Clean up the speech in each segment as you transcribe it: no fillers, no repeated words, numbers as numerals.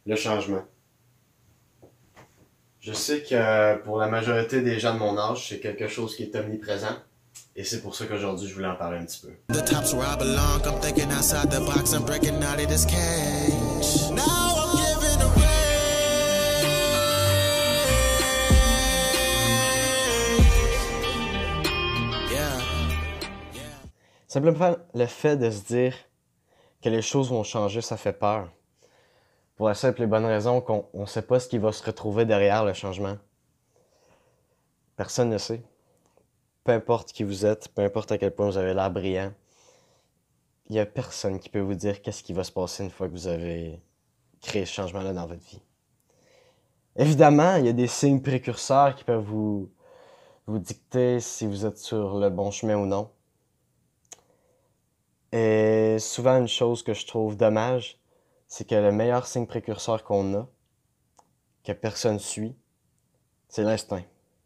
Le changement. Je sais que pour la majorité des gens de mon âge, c'est quelque chose qui est omniprésent. Et c'est pour ça qu'aujourd'hui, je voulais en parler un petit peu. The top's where I belong. I'm thinking outside the box. I'm breaking out of this cage. Now I'm giving away. Yeah. Simplement, le fait de se dire que les choses vont changer, ça fait peur. Pour la simple et bonne raison qu'on ne sait pas ce qui va se retrouver derrière le changement. Personne ne sait. Peu importe qui vous êtes, peu importe à quel point vous avez l'air brillant, il n'y a personne qui peut vous dire qu'est-ce qui va se passer une fois que vous avez créé ce changement-là dans votre vie. Évidemment, il y a des signes précurseurs qui peuvent vous dicter si vous êtes sur le bon chemin ou non. Et souvent, une chose que je trouve dommage, c'est que le meilleur signe précurseur qu'on a, que personne suit, c'est l'instinct.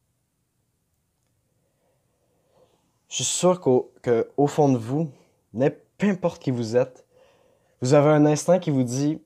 Je suis sûr qu'au fond de vous, peu importe qui vous êtes, vous avez un instinct qui vous dit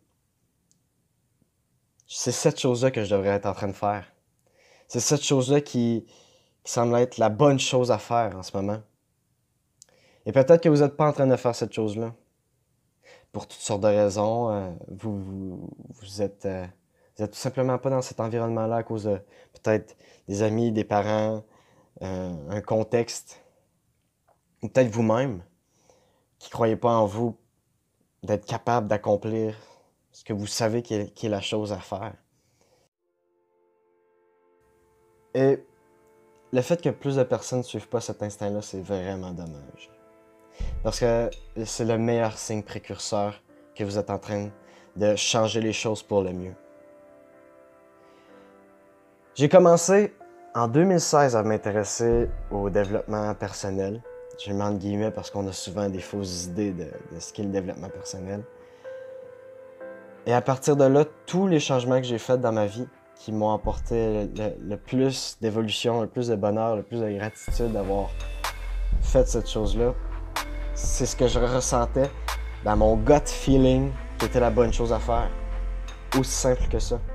« c'est cette chose-là que je devrais être en train de faire. C'est cette chose-là qui semble être la bonne chose à faire en ce moment. » Et peut-être que vous n'êtes pas en train de faire cette chose-là. Pour toutes sortes de raisons, vous êtes tout simplement pas dans cet environnement-là à cause de peut-être des amis, des parents, un contexte, ou peut-être vous-même, qui ne croyez pas en vous, d'être capable d'accomplir ce que vous savez qui est la chose à faire. Et le fait que plus de personnes ne suivent pas cet instinct-là, c'est vraiment dommage. Parce que c'est le meilleur signe précurseur que vous êtes en train de changer les choses pour le mieux. J'ai commencé en 2016 à m'intéresser au développement personnel. Je le mets entre guillemets parce qu'on a souvent des fausses idées de ce qu'est le développement personnel. Et à partir de là, tous les changements que j'ai faits dans ma vie qui m'ont apporté le plus d'évolution, le plus de bonheur, le plus de gratitude d'avoir fait cette chose-là, c'est ce que je ressentais dans mon gut feeling qui était la bonne chose à faire. Aussi simple que ça.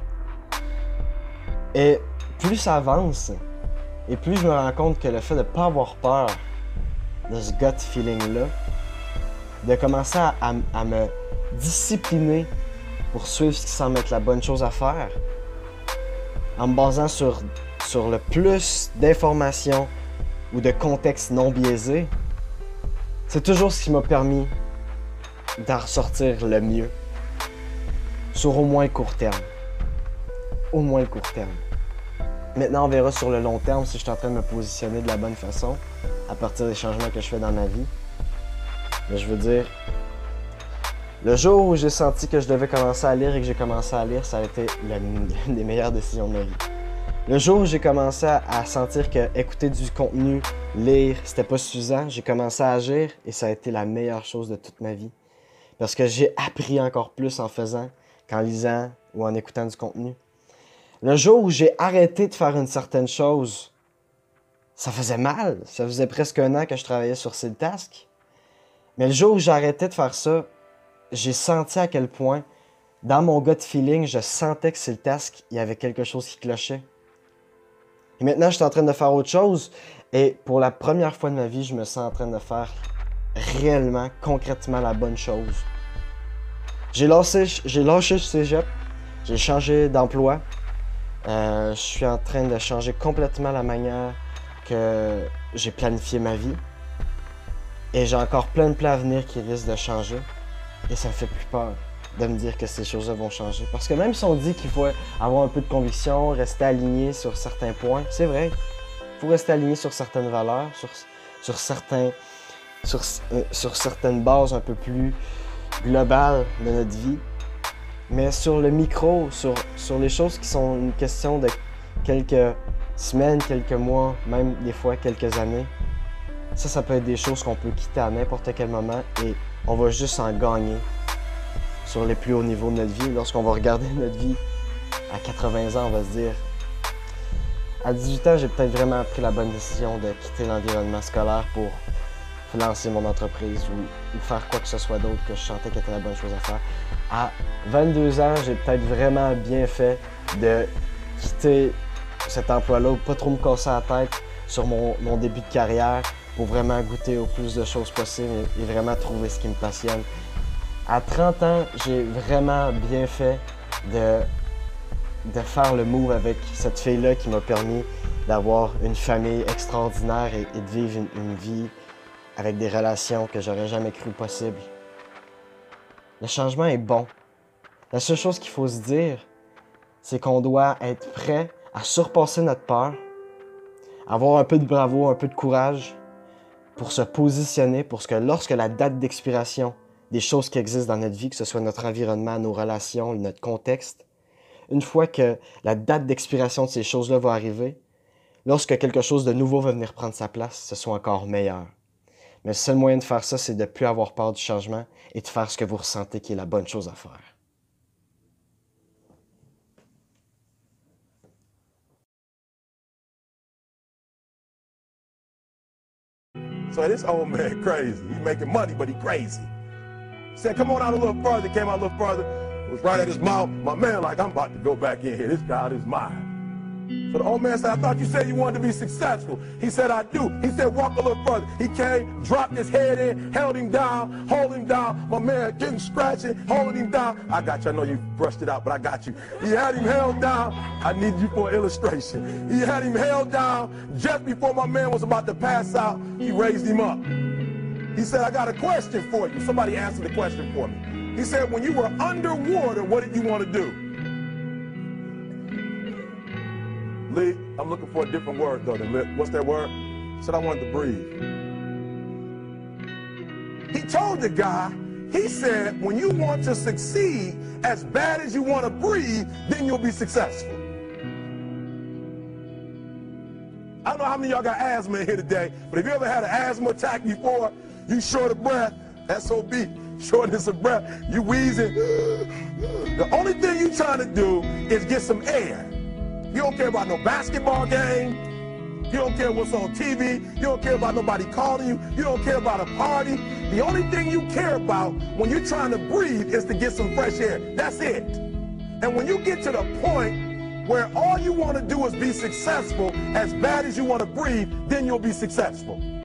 Et plus ça avance, et plus je me rends compte que le fait de ne pas avoir peur de ce gut feeling-là, de commencer à me discipliner pour suivre ce qui semble être la bonne chose à faire, en me basant sur le plus d'informations ou de contexte non biaisé, c'est toujours ce qui m'a permis d'en ressortir le mieux sur au moins le court terme. Au moins le court terme. Maintenant, on verra sur le long terme si je suis en train de me positionner de la bonne façon à partir des changements que je fais dans ma vie. Mais je veux dire, le jour où j'ai senti que je devais commencer à lire et que j'ai commencé à lire, ça a été l'une des meilleures décisions de ma vie. Le jour où j'ai commencé à sentir que écouter du contenu, lire, c'était pas suffisant, j'ai commencé à agir et ça a été la meilleure chose de toute ma vie. Parce que j'ai appris encore plus en faisant qu'en lisant ou en écoutant du contenu. Le jour où j'ai arrêté de faire une certaine chose, ça faisait mal. Ça faisait presque 1 an que je travaillais sur ces tasks. Mais le jour où j'ai arrêté de faire ça, j'ai senti à quel point, dans mon gut feeling, je sentais que c'est le task, il y avait quelque chose qui clochait. Et maintenant, je suis en train de faire autre chose. Et pour la première fois de ma vie, je me sens en train de faire réellement, concrètement la bonne chose. J'ai lâché le cégep. J'ai changé d'emploi. Je suis en train de changer complètement la manière que j'ai planifié ma vie. Et j'ai encore plein de plans à venir qui risquent de changer. Et ça me fait plus peur de me dire que ces choses-là vont changer. Parce que même si on dit qu'il faut avoir un peu de conviction, rester aligné sur certains points, c'est vrai. Il faut rester aligné sur certaines valeurs, sur certaines bases un peu plus globales de notre vie. Mais sur le micro, sur les choses qui sont une question de quelques semaines, quelques mois, même des fois quelques années, ça peut être des choses qu'on peut quitter à n'importe quel moment et on va juste en gagner sur les plus hauts niveaux de notre vie. Lorsqu'on va regarder notre vie à 80 ans, on va se dire à 18 ans, j'ai peut-être vraiment pris la bonne décision de quitter l'environnement scolaire pour lancer mon entreprise ou faire quoi que ce soit d'autre que je sentais qui était la bonne chose à faire. À 22 ans, j'ai peut-être vraiment bien fait de quitter cet emploi-là ou pas trop me casser la tête sur mon début de carrière pour vraiment goûter au plus de choses possibles et vraiment trouver ce qui me passionne. À 30 ans, j'ai vraiment bien fait de faire le move avec cette fille-là qui m'a permis d'avoir une famille extraordinaire et de vivre une vie avec des relations que j'aurais jamais cru possible. Le changement est bon. La seule chose qu'il faut se dire, c'est qu'on doit être prêt à surpasser notre peur, avoir un peu de bravoure, un peu de courage pour se positionner, pour que lorsque la date d'expiration des choses qui existent dans notre vie, que ce soit notre environnement, nos relations, notre contexte, une fois que la date d'expiration de ces choses-là va arriver, lorsque quelque chose de nouveau va venir prendre sa place, ce soit encore meilleur. Mais le seul moyen de faire ça, c'est de ne plus avoir peur du changement et de faire ce que vous ressentez qui est la bonne chose à faire. So this old man crazy. He's making money, but he crazy. He said, come on out a little further. Came out a little further. Was right at his mouth. My man like, I'm about to go back in here. This God is mine. So the old man said, I thought you said you wanted to be successful. He said, I do. He said, walk a little further. He came, dropped his head in, held him down, hold him down. My man getting scratching, holding him down. I got you. I know you brushed it out, but I got you. He had him held down. I need you for an illustration. He had him held down. Just before my man was about to pass out, he raised him up. He said, I got a question for you. Somebody answer the question for me. He said, when you were underwater, what did you want to do? Lee, I'm looking for a different word though than lip. What's that word? He said, I wanted to breathe. He told the guy, he said, when you want to succeed as bad as you want to breathe, then you'll be successful. I don't know how many of y'all got asthma in here today, but if you ever had an asthma attack before, you short of breath, SOB, shortness of breath, you wheezing. The only thing you trying to do is get some air. You don't care about no basketball game. You don't care what's on TV. You don't care about nobody calling you. You don't care about a party. The only thing you care about when you're trying to breathe is to get some fresh air. That's it. And when you get to the point where all you want to do is be successful as bad as you want to breathe, then you'll be successful.